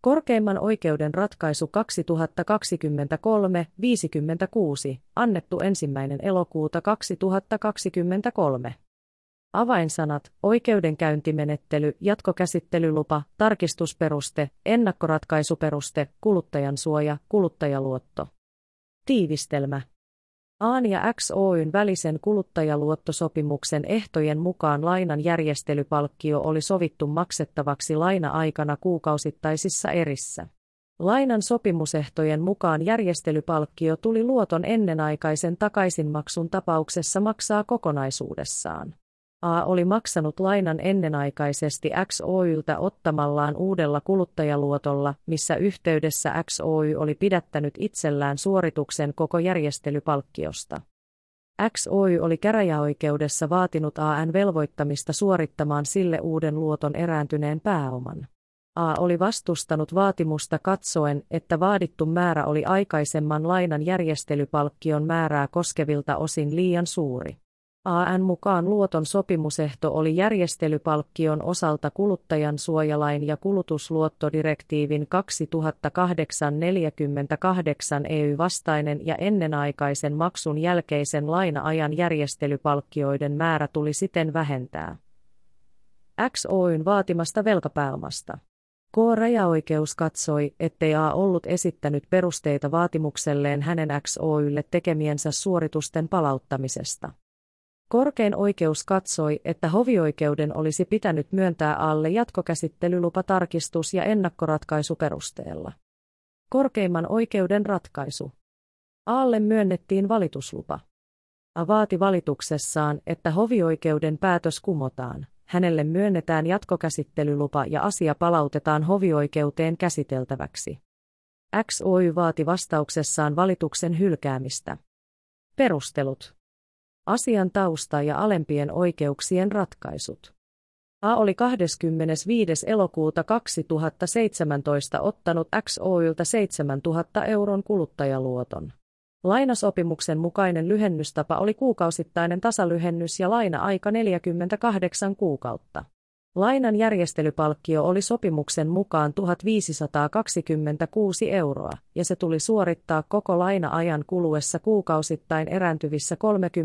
Korkeimman oikeuden ratkaisu 2023-56, annettu 1. elokuuta 2023. Avainsanat: oikeudenkäyntimenettely, jatkokäsittelylupa, tarkistusperuste, ennakkoratkaisuperuste, kuluttajansuoja, kuluttajaluotto. Tiivistelmä. A:n ja X Oyn välisen kuluttajaluottosopimuksen ehtojen mukaan lainan järjestelypalkkio oli sovittu maksettavaksi laina-aikana kuukausittaisissa erissä. Lainan sopimusehtojen mukaan järjestelypalkkio tuli luoton ennenaikaisen takaisinmaksun tapauksessa maksaa kokonaisuudessaan. A oli maksanut lainan ennenaikaisesti X Oyltä ottamallaan uudella kuluttajaluotolla, missä yhteydessä X Oy oli pidättänyt itsellään suorituksen koko järjestelypalkkiosta. X Oy oli käräjäoikeudessa vaatinut A:n velvoittamista suorittamaan sille uuden luoton erääntyneen pääoman. A oli vastustanut vaatimusta katsoen, että vaadittu määrä oli aikaisemman lainan järjestelypalkkion määrää koskevilta osin liian suuri. A:n mukaan luoton sopimusehto oli järjestelypalkkion osalta kuluttajansuojalain ja kulutusluottodirektiivin 2008/48 EY vastainen ja ennenaikaisen maksun jälkeisen laina-ajan järjestelypalkkioiden määrä tuli siten vähentää X Oyn vaatimasta velkapääomasta. K-rajaoikeus katsoi, ettei A ollut esittänyt perusteita vaatimukselleen hänen X Oylle tekemiensä suoritusten palauttamisesta. Korkein oikeus katsoi, että hovioikeuden olisi pitänyt myöntää A:lle jatkokäsittelylupa tarkistus- ja ennakkoratkaisuperusteella. Korkeimman oikeuden ratkaisu. A:lle myönnettiin valituslupa. A vaati valituksessaan, että hovioikeuden päätös kumotaan. Hänelle myönnetään jatkokäsittelylupa ja asia palautetaan hovioikeuteen käsiteltäväksi. X Oy vaati vastauksessaan valituksen hylkäämistä. Perustelut. Asian tausta ja alempien oikeuksien ratkaisut. A oli 25. elokuuta 2017 ottanut X Oyltä 7 000 euron kuluttajaluoton. Lainasopimuksen mukainen lyhennystapa oli kuukausittainen tasalyhennys ja laina-aika 48 kuukautta. Lainan järjestelypalkkio oli sopimuksen mukaan 1 526 euroa, ja se tuli suorittaa koko laina-ajan kuluessa kuukausittain erääntyvissä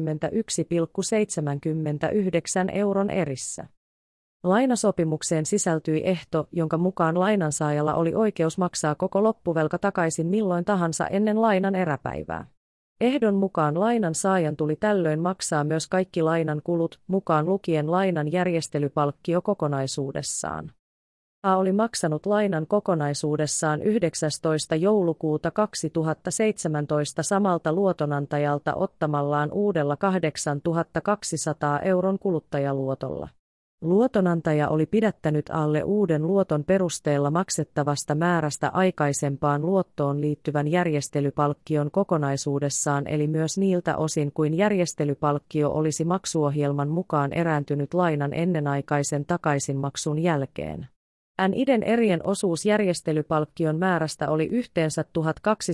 31,79 euron erissä. Lainasopimukseen sisältyi ehto, jonka mukaan lainansaajalla oli oikeus maksaa koko loppuvelka takaisin milloin tahansa ennen lainan eräpäivää. Ehdon mukaan lainan saajan tuli tällöin maksaa myös kaikki lainan kulut, mukaan lukien lainan järjestelypalkkio kokonaisuudessaan. A oli maksanut lainan kokonaisuudessaan 19. joulukuuta 2017 samalta luotonantajalta ottamallaan uudella 8 200 euron kuluttajaluotolla. Luotonantaja oli pidättänyt A:lle uuden luoton perusteella maksettavasta määrästä aikaisempaan luottoon liittyvän järjestelypalkkion kokonaisuudessaan eli myös niiltä osin kuin järjestelypalkkio olisi maksuohjelman mukaan erääntynyt lainan ennenaikaisen takaisinmaksun jälkeen. N-iden erien osuus järjestelypalkkion määrästä oli yhteensä 1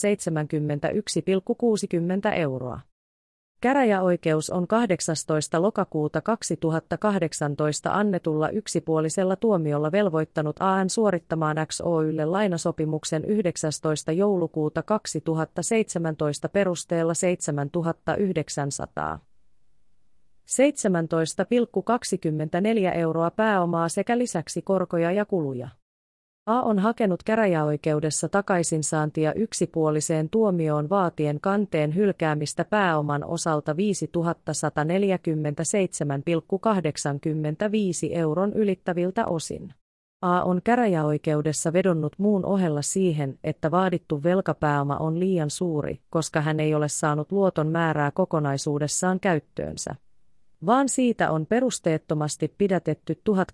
271,60 euroa. Käräjäoikeus on 18. lokakuuta 2018 annetulla yksipuolisella tuomiolla velvoittanut A:n suorittamaan X Oy:lle lainasopimuksen 19. joulukuuta 2017 perusteella 7 900. 17,24 euroa pääomaa sekä lisäksi korkoja ja kuluja. A on hakenut käräjäoikeudessa takaisinsaantia yksipuoliseen tuomioon vaatien kanteen hylkäämistä pääoman osalta 5 147,85 euron ylittäviltä osin. A on käräjäoikeudessa vedonnut muun ohella siihen, että vaadittu velkapääoma on liian suuri, koska hän ei ole saanut luoton määrää kokonaisuudessaan käyttöönsä, vaan siitä on perusteettomasti pidätetty 1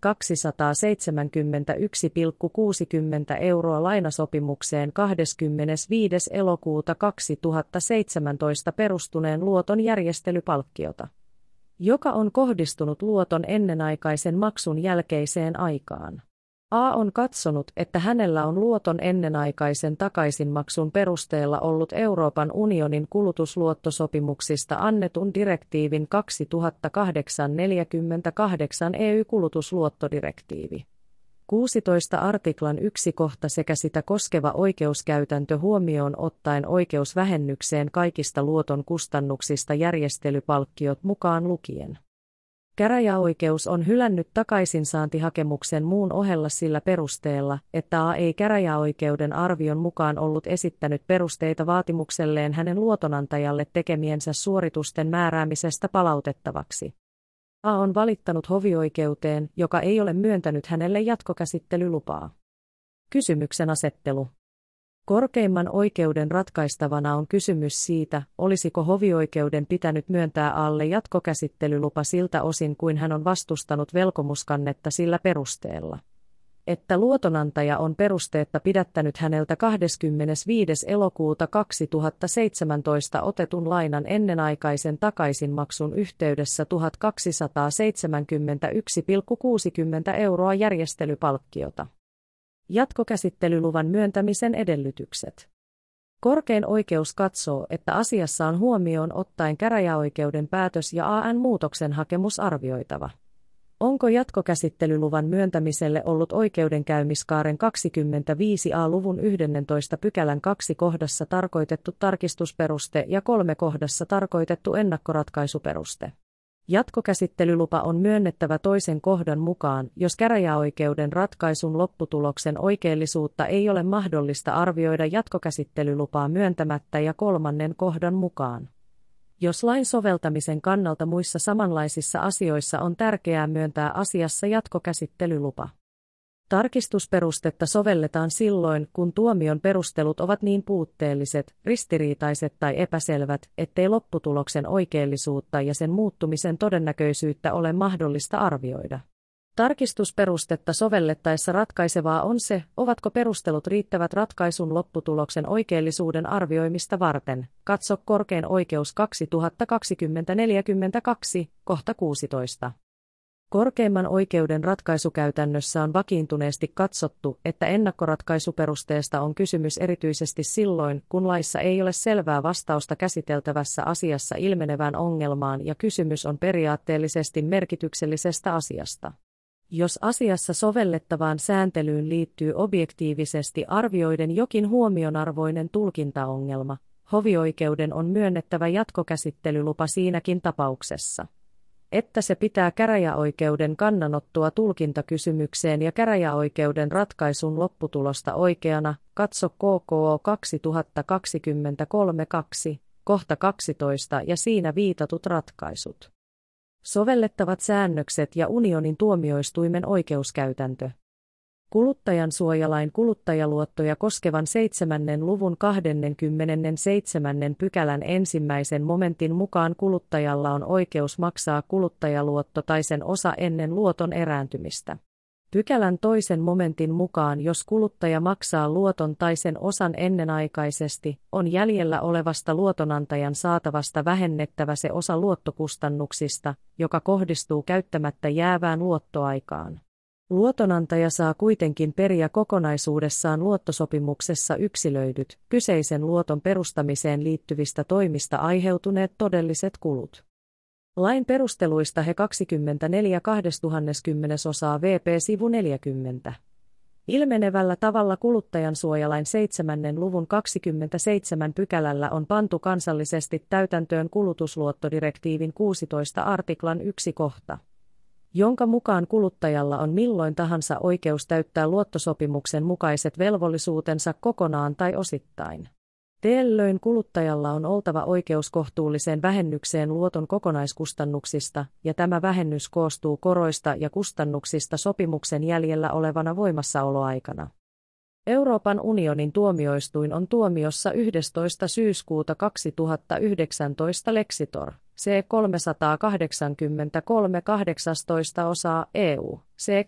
271,60 euroa lainasopimukseen 25. elokuuta 2017 perustuneen luoton järjestelypalkkiota, joka on kohdistunut luoton ennenaikaisen maksun jälkeiseen aikaan. A on katsonut, että hänellä on luoton ennenaikaisen takaisinmaksun perusteella ollut Euroopan unionin kulutusluottosopimuksista annetun direktiivin 2008/48 EY-kulutusluottodirektiivi. 16 artiklan 1 kohta sekä sitä koskeva oikeuskäytäntö huomioon ottaen oikeus vähennykseen kaikista luoton kustannuksista järjestelypalkkiot mukaan lukien. Käräjäoikeus on hylännyt takaisinsaantihakemuksen muun ohella sillä perusteella, että A ei käräjäoikeuden arvion mukaan ollut esittänyt perusteita vaatimukselleen hänen luotonantajalle tekemiensä suoritusten määräämisestä palautettavaksi. A on valittanut hovioikeuteen, joka ei ole myöntänyt hänelle jatkokäsittelylupaa. Kysymyksen asettelu. Korkeimman oikeuden ratkaistavana on kysymys siitä, olisiko hovioikeuden pitänyt myöntää A:lle jatkokäsittelylupa siltä osin kuin hän on vastustanut velkomuskannetta sillä perusteella, että luotonantaja on perusteetta pidättänyt häneltä 25. elokuuta 2017 otetun lainan ennenaikaisen takaisinmaksun yhteydessä 1271,60 € järjestelypalkkiota. Jatkokäsittelyluvan myöntämisen edellytykset. Korkein oikeus katsoo, että asiassa on huomioon ottaen käräjäoikeuden päätös ja AN muutoksenhakemus arvioitava. Onko jatkokäsittelyluvan myöntämiselle ollut oikeudenkäymiskaaren 25a-luvun 11 pykälän 2 kohdassa tarkoitettu tarkistusperuste ja 3 kohdassa tarkoitettu ennakkoratkaisuperuste? Jatkokäsittelylupa on myönnettävä toisen kohdan mukaan, jos käräjäoikeuden ratkaisun lopputuloksen oikeellisuutta ei ole mahdollista arvioida jatkokäsittelylupaa myöntämättä ja kolmannen kohdan mukaan. Jos lain soveltamisen kannalta muissa samanlaisissa asioissa on tärkeää myöntää asiassa jatkokäsittelylupa. Tarkistusperustetta sovelletaan silloin, kun tuomion perustelut ovat niin puutteelliset, ristiriitaiset tai epäselvät, ettei lopputuloksen oikeellisuutta ja sen muuttumisen todennäköisyyttä ole mahdollista arvioida. Tarkistusperustetta sovellettaessa ratkaisevaa on se, ovatko perustelut riittävät ratkaisun lopputuloksen oikeellisuuden arvioimista varten. Katso Korkein oikeus 2020-42, kohta 16. Korkeimman oikeuden ratkaisukäytännössä on vakiintuneesti katsottu, että ennakkoratkaisuperusteesta on kysymys erityisesti silloin, kun laissa ei ole selvää vastausta käsiteltävässä asiassa ilmenevään ongelmaan ja kysymys on periaatteellisesti merkityksellisestä asiasta. Jos asiassa sovellettavaan sääntelyyn liittyy objektiivisesti arvioiden jokin huomionarvoinen tulkintaongelma, hovioikeuden on myönnettävä jatkokäsittelylupa siinäkin tapauksessa, että se pitää käräjäoikeuden kannanottoa tulkintakysymykseen ja käräjäoikeuden ratkaisun lopputulosta oikeana. Katso KKO 2023-2, kohta 12 ja siinä viitatut ratkaisut. Sovellettavat säännökset ja unionin tuomioistuimen oikeuskäytäntö. Kuluttajansuojalain kuluttajaluottoja koskevan 7. luvun 27. pykälän 1. momentin mukaan kuluttajalla on oikeus maksaa kuluttajaluotto tai sen osa ennen luoton erääntymistä. Pykälän 2. momentin mukaan jos kuluttaja maksaa luoton tai sen osan ennenaikaisesti, on jäljellä olevasta luotonantajan saatavasta vähennettävä se osa luottokustannuksista, joka kohdistuu käyttämättä jäävään luottoaikaan. Luotonantaja saa kuitenkin periä kokonaisuudessaan luottosopimuksessa yksilöidyt, kyseisen luoton perustamiseen liittyvistä toimista aiheutuneet todelliset kulut. Lain perusteluista he 24 2010 VP sivu 40. Ilmenevällä tavalla kuluttajansuojalain 7. luvun 27 pykälällä on pantu kansallisesti täytäntöön kulutusluottodirektiivin 16 artiklan 1 kohta, jonka mukaan kuluttajalla on milloin tahansa oikeus täyttää luottosopimuksen mukaiset velvollisuutensa kokonaan tai osittain. Tällöin kuluttajalla on oltava oikeus kohtuulliseen vähennykseen luoton kokonaiskustannuksista, ja tämä vähennys koostuu koroista ja kustannuksista sopimuksen jäljellä olevana voimassaoloaikana. Euroopan unionin tuomioistuin on tuomiossa 11. syyskuuta 2019 Lexitor, C383 18 osaa EU,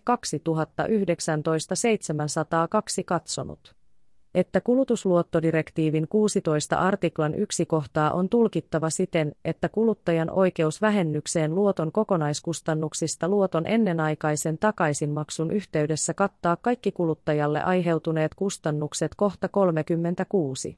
C2019-702 katsonut, että kulutusluottodirektiivin 16 artiklan 1 kohtaa on tulkittava siten, että kuluttajan oikeus vähennykseen luoton kokonaiskustannuksista luoton ennenaikaisen takaisinmaksun yhteydessä kattaa kaikki kuluttajalle aiheutuneet kustannukset kohta 36.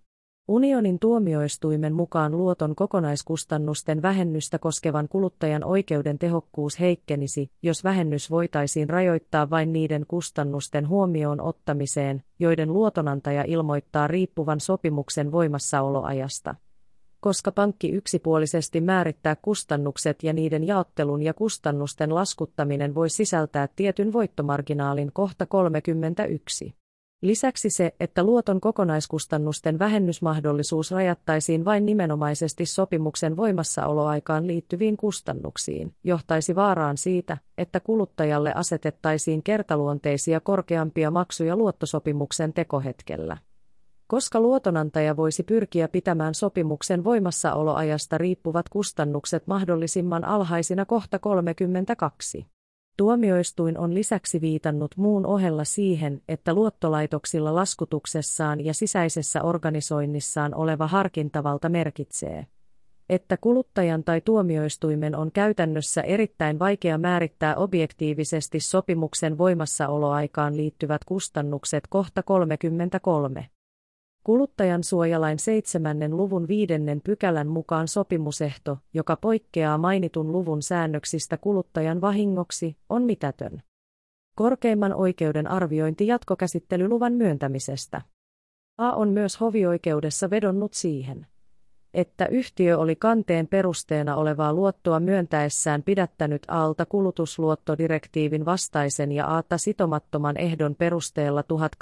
Unionin tuomioistuimen mukaan luoton kokonaiskustannusten vähennystä koskevan kuluttajan oikeuden tehokkuus heikkenisi, jos vähennys voitaisiin rajoittaa vain niiden kustannusten huomioon ottamiseen, joiden luotonantaja ilmoittaa riippuvan sopimuksen voimassaoloajasta. Koska pankki yksipuolisesti määrittää kustannukset ja niiden jaottelun ja kustannusten laskuttaminen voi sisältää tietyn voittomarginaalin kohta 31. Lisäksi se, että luoton kokonaiskustannusten vähennysmahdollisuus rajattaisiin vain nimenomaisesti sopimuksen voimassaoloaikaan liittyviin kustannuksiin, johtaisi vaaraan siitä, että kuluttajalle asetettaisiin kertaluonteisia korkeampia maksuja luottosopimuksen tekohetkellä. Koska luotonantaja voisi pyrkiä pitämään sopimuksen voimassaoloajasta riippuvat kustannukset mahdollisimman alhaisina kohta 32. Tuomioistuin on lisäksi viitannut muun ohella siihen, että luottolaitoksilla laskutuksessaan ja sisäisessä organisoinnissaan oleva harkintavalta merkitsee, että kuluttajan tai tuomioistuimen on käytännössä erittäin vaikea määrittää objektiivisesti sopimuksen voimassaoloaikaan liittyvät kustannukset kohta 33. Kuluttajan suojalain 7. luvun 5. pykälän mukaan sopimusehto, joka poikkeaa mainitun luvun säännöksistä kuluttajan vahingoksi, on mitätön. Korkeimman oikeuden arviointi jatkokäsittelyluvan myöntämisestä. A on myös hovioikeudessa vedonnut siihen, että yhtiö oli kanteen perusteena olevaa luottoa myöntäessään pidättänyt A:lta kulutusluottodirektiivin vastaisen ja A:ta sitomattoman ehdon perusteella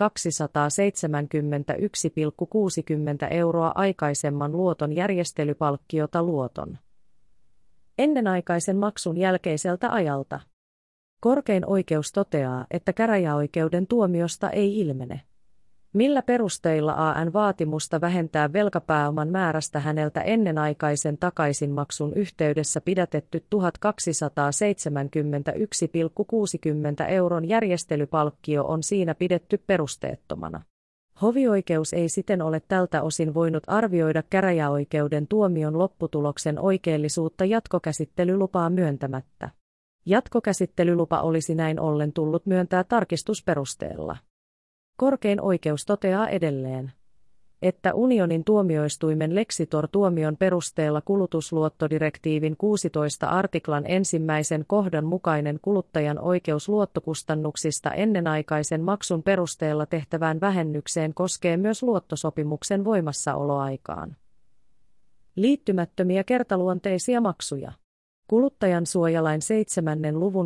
1271,60 € aikaisemman luoton järjestelypalkkiota luoton ennenaikaisen maksun jälkeiseltä ajalta. Korkein oikeus toteaa, että käräjäoikeuden tuomiosta ei ilmene, millä perusteilla AN vaatimusta vähentää velkapääoman määrästä häneltä ennenaikaisen takaisinmaksun yhteydessä pidätetty 1271,60 € järjestelypalkkio on siinä pidetty perusteettomana. Hovioikeus ei siten ole tältä osin voinut arvioida käräjäoikeuden tuomion lopputuloksen oikeellisuutta jatkokäsittelylupaa myöntämättä. Jatkokäsittelylupa olisi näin ollen tullut myöntää tarkistusperusteella. Korkein oikeus toteaa edelleen, että unionin tuomioistuimen Lexitor-tuomion perusteella kulutusluottodirektiivin 16 artiklan 1. kohdan mukainen kuluttajan oikeus luottokustannuksista ennenaikaisen maksun perusteella tehtävään vähennykseen koskee myös luottosopimuksen voimassaoloaikaan liittymättömiä kertaluonteisia maksuja. Kuluttajan suojalain 7. luvun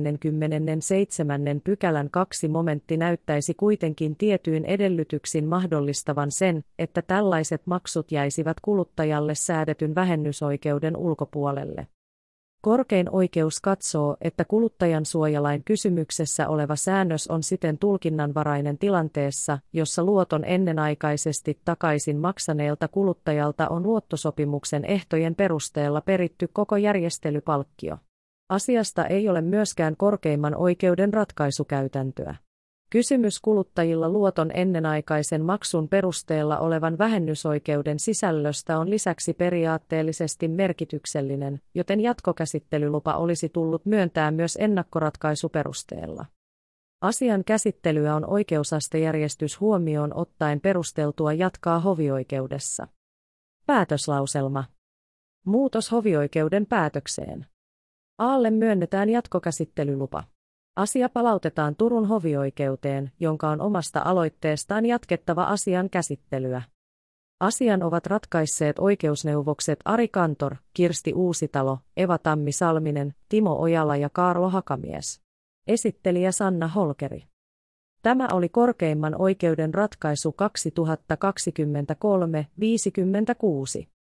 27. pykälän 2 momentti näyttäisi kuitenkin tietyin edellytyksin mahdollistavan sen, että tällaiset maksut jäisivät kuluttajalle säädetyn vähennysoikeuden ulkopuolelle. Korkein oikeus katsoo, että kuluttajan suojalain kysymyksessä oleva säännös on siten tulkinnanvarainen tilanteessa, jossa luoton ennenaikaisesti takaisin maksaneelta kuluttajalta on luottosopimuksen ehtojen perusteella peritty koko järjestelypalkkio. Asiasta ei ole myöskään korkeimman oikeuden ratkaisukäytäntöä. Kysymys kuluttajilla luoton ennenaikaisen maksun perusteella olevan vähennysoikeuden sisällöstä on lisäksi periaatteellisesti merkityksellinen, joten jatkokäsittelylupa olisi tullut myöntää myös ennakkoratkaisuperusteella. Asian käsittelyä on oikeusastejärjestys huomioon ottaen perusteltua jatkaa hovioikeudessa. Päätöslauselma. Muutos hovioikeuden päätökseen. A:lle myönnetään jatkokäsittelylupa. Asia palautetaan Turun hovioikeuteen, jonka on omasta aloitteestaan jatkettava asian käsittelyä. Asian ovat ratkaisseet oikeusneuvokset Ari Kantor, Kirsti Uusitalo, Eva Tammi-Salminen, Timo Ojala ja Kaarlo Hakamies. Esittelijä Sanna Holkeri. Tämä oli korkeimman oikeuden ratkaisu 2023-56.